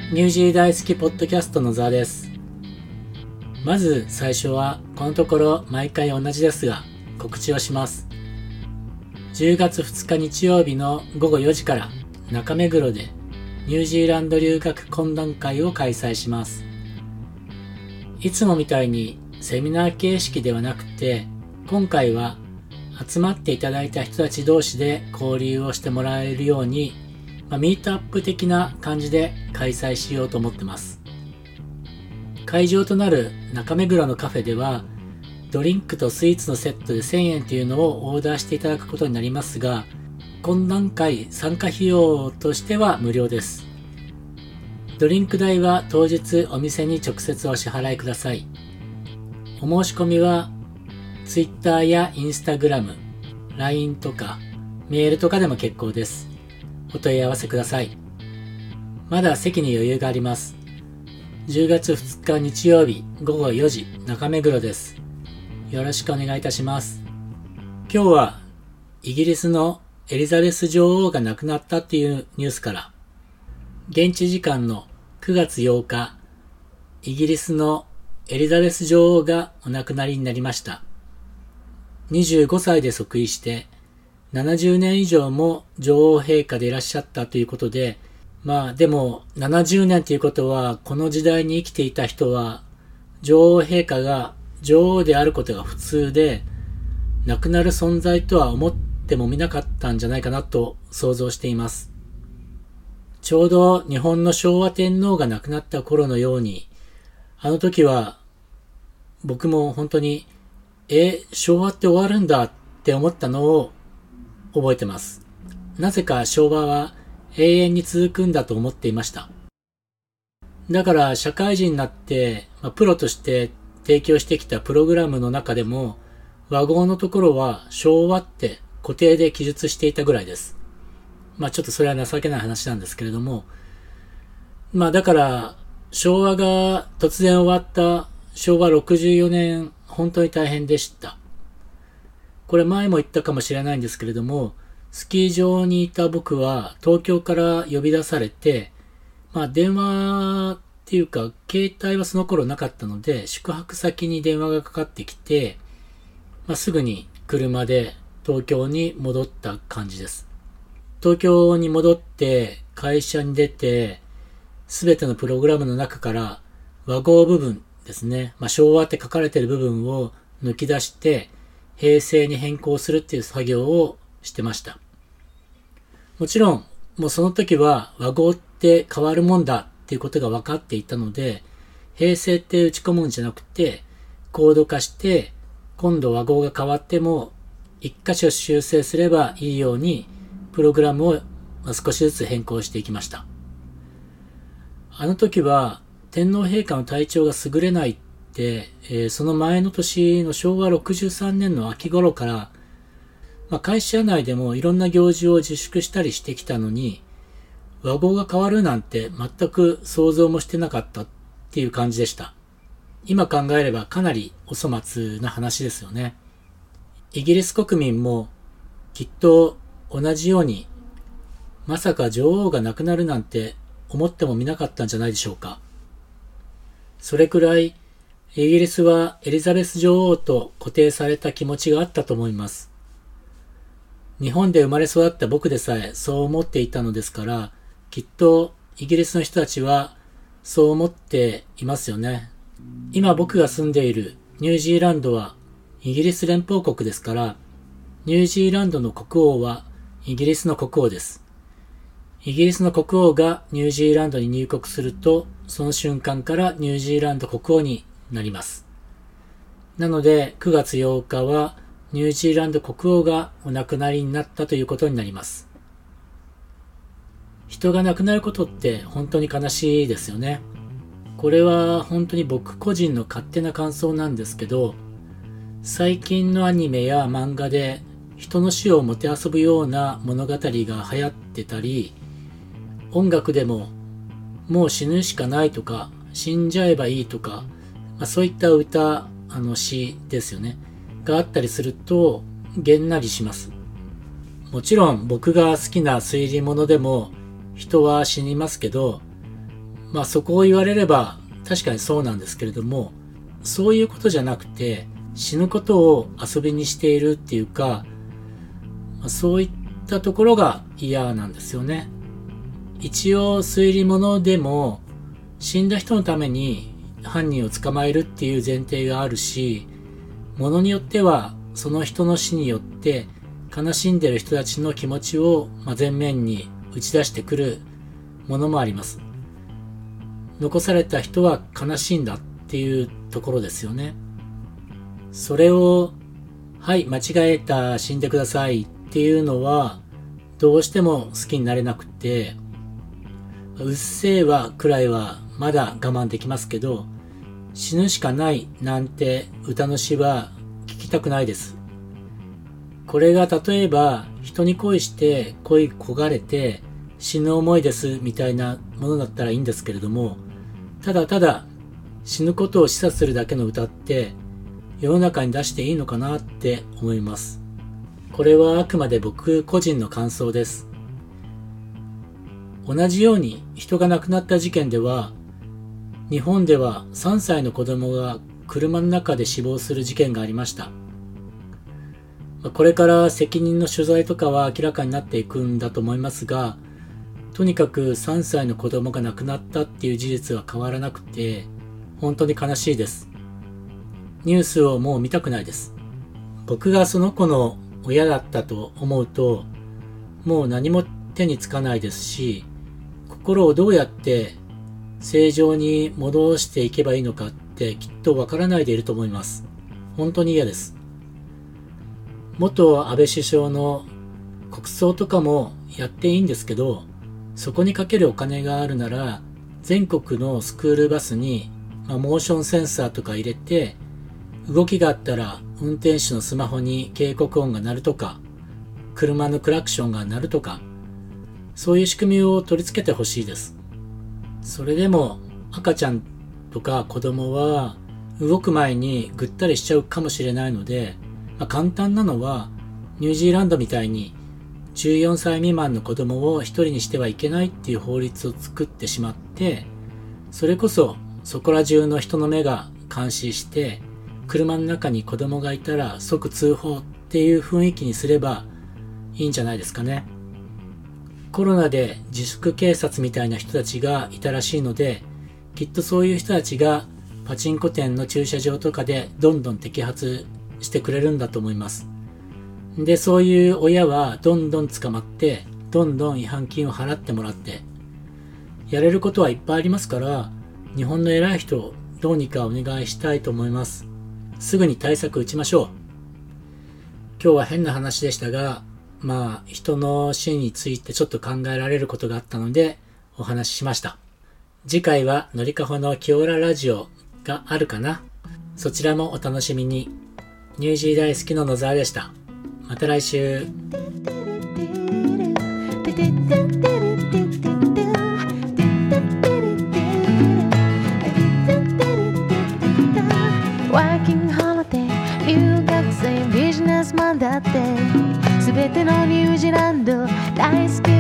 ニュージー大好きポッドキャストのザです。まず最初はこのところ毎回同じですが告知をします。10月2日日曜日の午後4時から中目黒でニュージーランド留学懇談会を開催します。いつもみたいにセミナー形式ではなくて、今回は集まっていただいた人たち同士で交流をしてもらえるように、ミートアップ的な感じで開催しようと思ってます。会場となる中目黒のカフェでは、ドリンクとスイーツのセットで1000円というのをオーダーしていただくことになりますが、懇談会参加費用としては無料です。ドリンク代は当日お店に直接お支払いください。お申し込みは Twitter や Instagram、LINE とかメールとかでも結構です。お問い合わせください。まだ席に余裕があります。10月2日日曜日午後4時中目黒です。よろしくお願いいたします。今日はイギリスのエリザベス女王が亡くなったっていうニュースから、現地時間の9月8日、イギリスのエリザベス女王がお亡くなりになりました。25歳で即位して、70年以上も女王陛下でいらっしゃったということで、でも70年ということは、この時代に生きていた人は、女王陛下が女王であることが普通で、亡くなる存在とは思ってもみなかったんじゃないかなと想像しています。ちょうど日本の昭和天皇が亡くなった頃のように、あの時は僕も本当に、昭和って終わるんだって思ったのを覚えてます。なぜか昭和は永遠に続くんだと思っていました。だから社会人になって、プロとして提供してきたプログラムの中でも、和合のところは昭和って固定で記述していたぐらいです。ちょっとそれは情けない話なんですけれども、だから昭和が突然終わった昭和64年、本当に大変でした。これ前も言ったかもしれないんですけれども、スキー場にいた僕は東京から呼び出されて、電話っていうか携帯はその頃なかったので、宿泊先に電話がかかってきて、すぐに車で東京に戻った感じです。東京に戻って会社に出て、すべてのプログラムの中から和合部分ですね、昭和って書かれている部分を抜き出して平成に変更するっていう作業をしてました。もちろんもうその時は和合って変わるもんだっていうことが分かっていたので、平成って打ち込むんじゃなくてコード化して、今度和合が変わっても一箇所修正すればいいようにプログラムを少しずつ変更していきました。あの時は天皇陛下の体調が優れないって、その前の年の昭和63年の秋頃から、会社内でもいろんな行事を自粛したりしてきたのに、和合が変わるなんて全く想像もしてなかったっていう感じでした。今考えればかなりお粗末な話ですよね。イギリス国民もきっと同じように、まさか女王が亡くなるなんて思ってもみなかったんじゃないでしょうか。それくらいイギリスはエリザベス女王と固定された気持ちがあったと思います。日本で生まれ育った僕でさえそう思っていたのですから、きっとイギリスの人たちはそう思っていますよね。今僕が住んでいるニュージーランドはイギリス連邦国ですから、ニュージーランドの国王はイギリスの国王です。イギリスの国王がニュージーランドに入国すると、その瞬間からニュージーランド国王になります。なので9月8日はニュージーランド国王がお亡くなりになったということになります。人が亡くなることって本当に悲しいですよね。これは本当に僕個人の勝手な感想なんですけど、最近のアニメや漫画で人の死をもてあそぶような物語が流行ってたり、音楽でももう死ぬしかないとか死んじゃえばいいとか、そういった歌、詩ですよねがあったりするとげんなりします。もちろん僕が好きな推理物でも人は死にますけど、 そこを言われれば確かにそうなんですけれども、そういうことじゃなくて、死ぬことを遊びにしているっていうか、そういったところが嫌なんですよね。一応推理物でも死んだ人のために犯人を捕まえるっていう前提があるし、ものによってはその人の死によって悲しんでる人たちの気持ちを前面に打ち出してくるものもあります。残された人は悲しいんだっていうところですよね。それを、はい、間違えた、死んでくださいっていうのはどうしても好きになれなくて、うっせぇわくらいはまだ我慢できますけど、死ぬしかないなんて歌の詩は聞きたくないです。これが例えば人に恋して恋焦がれて死ぬ思いですみたいなものだったらいいんですけれども、ただただ死ぬことを示唆するだけの歌って世の中に出していいのかなって思います。これはあくまで僕個人の感想です。同じように人が亡くなった事件では、日本では3歳の子供が車の中で死亡する事件がありました。これから責任の所在とかは明らかになっていくんだと思いますが、とにかく3歳の子供が亡くなったっていう事実は変わらなくて、本当に悲しいです。ニュースをもう見たくないです。僕がその子の親だったと思うと、もう何も手につかないですし、心をどうやって正常に戻していけばいいのかってきっとわからないでいると思います。本当に嫌です。元安倍首相の国葬とかもやっていいんですけど、そこにかけるお金があるなら、全国のスクールバスに、モーションセンサーとか入れて、動きがあったら運転手のスマホに警告音が鳴るとか、車のクラクションが鳴るとか、そういう仕組みを取り付けてほしいです。それでも赤ちゃんとか子供は動く前にぐったりしちゃうかもしれないので、簡単なのはニュージーランドみたいに14歳未満の子供を一人にしてはいけないっていう法律を作ってしまって、それこそそこら中の人の目が監視して、車の中に子供がいたら即通報っていう雰囲気にすればいいんじゃないですかね。コロナで自粛警察みたいな人たちがいたらしいので、きっとそういう人たちがパチンコ店の駐車場とかでどんどん摘発してくれるんだと思います。で、そういう親はどんどん捕まって、どんどん違反金を払ってもらって、やれることはいっぱいありますから、日本の偉い人をどうにかお願いしたいと思います。すぐに対策打ちましょう。今日は変な話でしたが、人の死についてちょっと考えられることがあったのでお話ししました。次回はのりかほのキオララジオがあるかな。そちらもお楽しみに。ニュージー大好きの野沢でした。また来週。 ビジネスマンだってすべてのニュージーランド大好き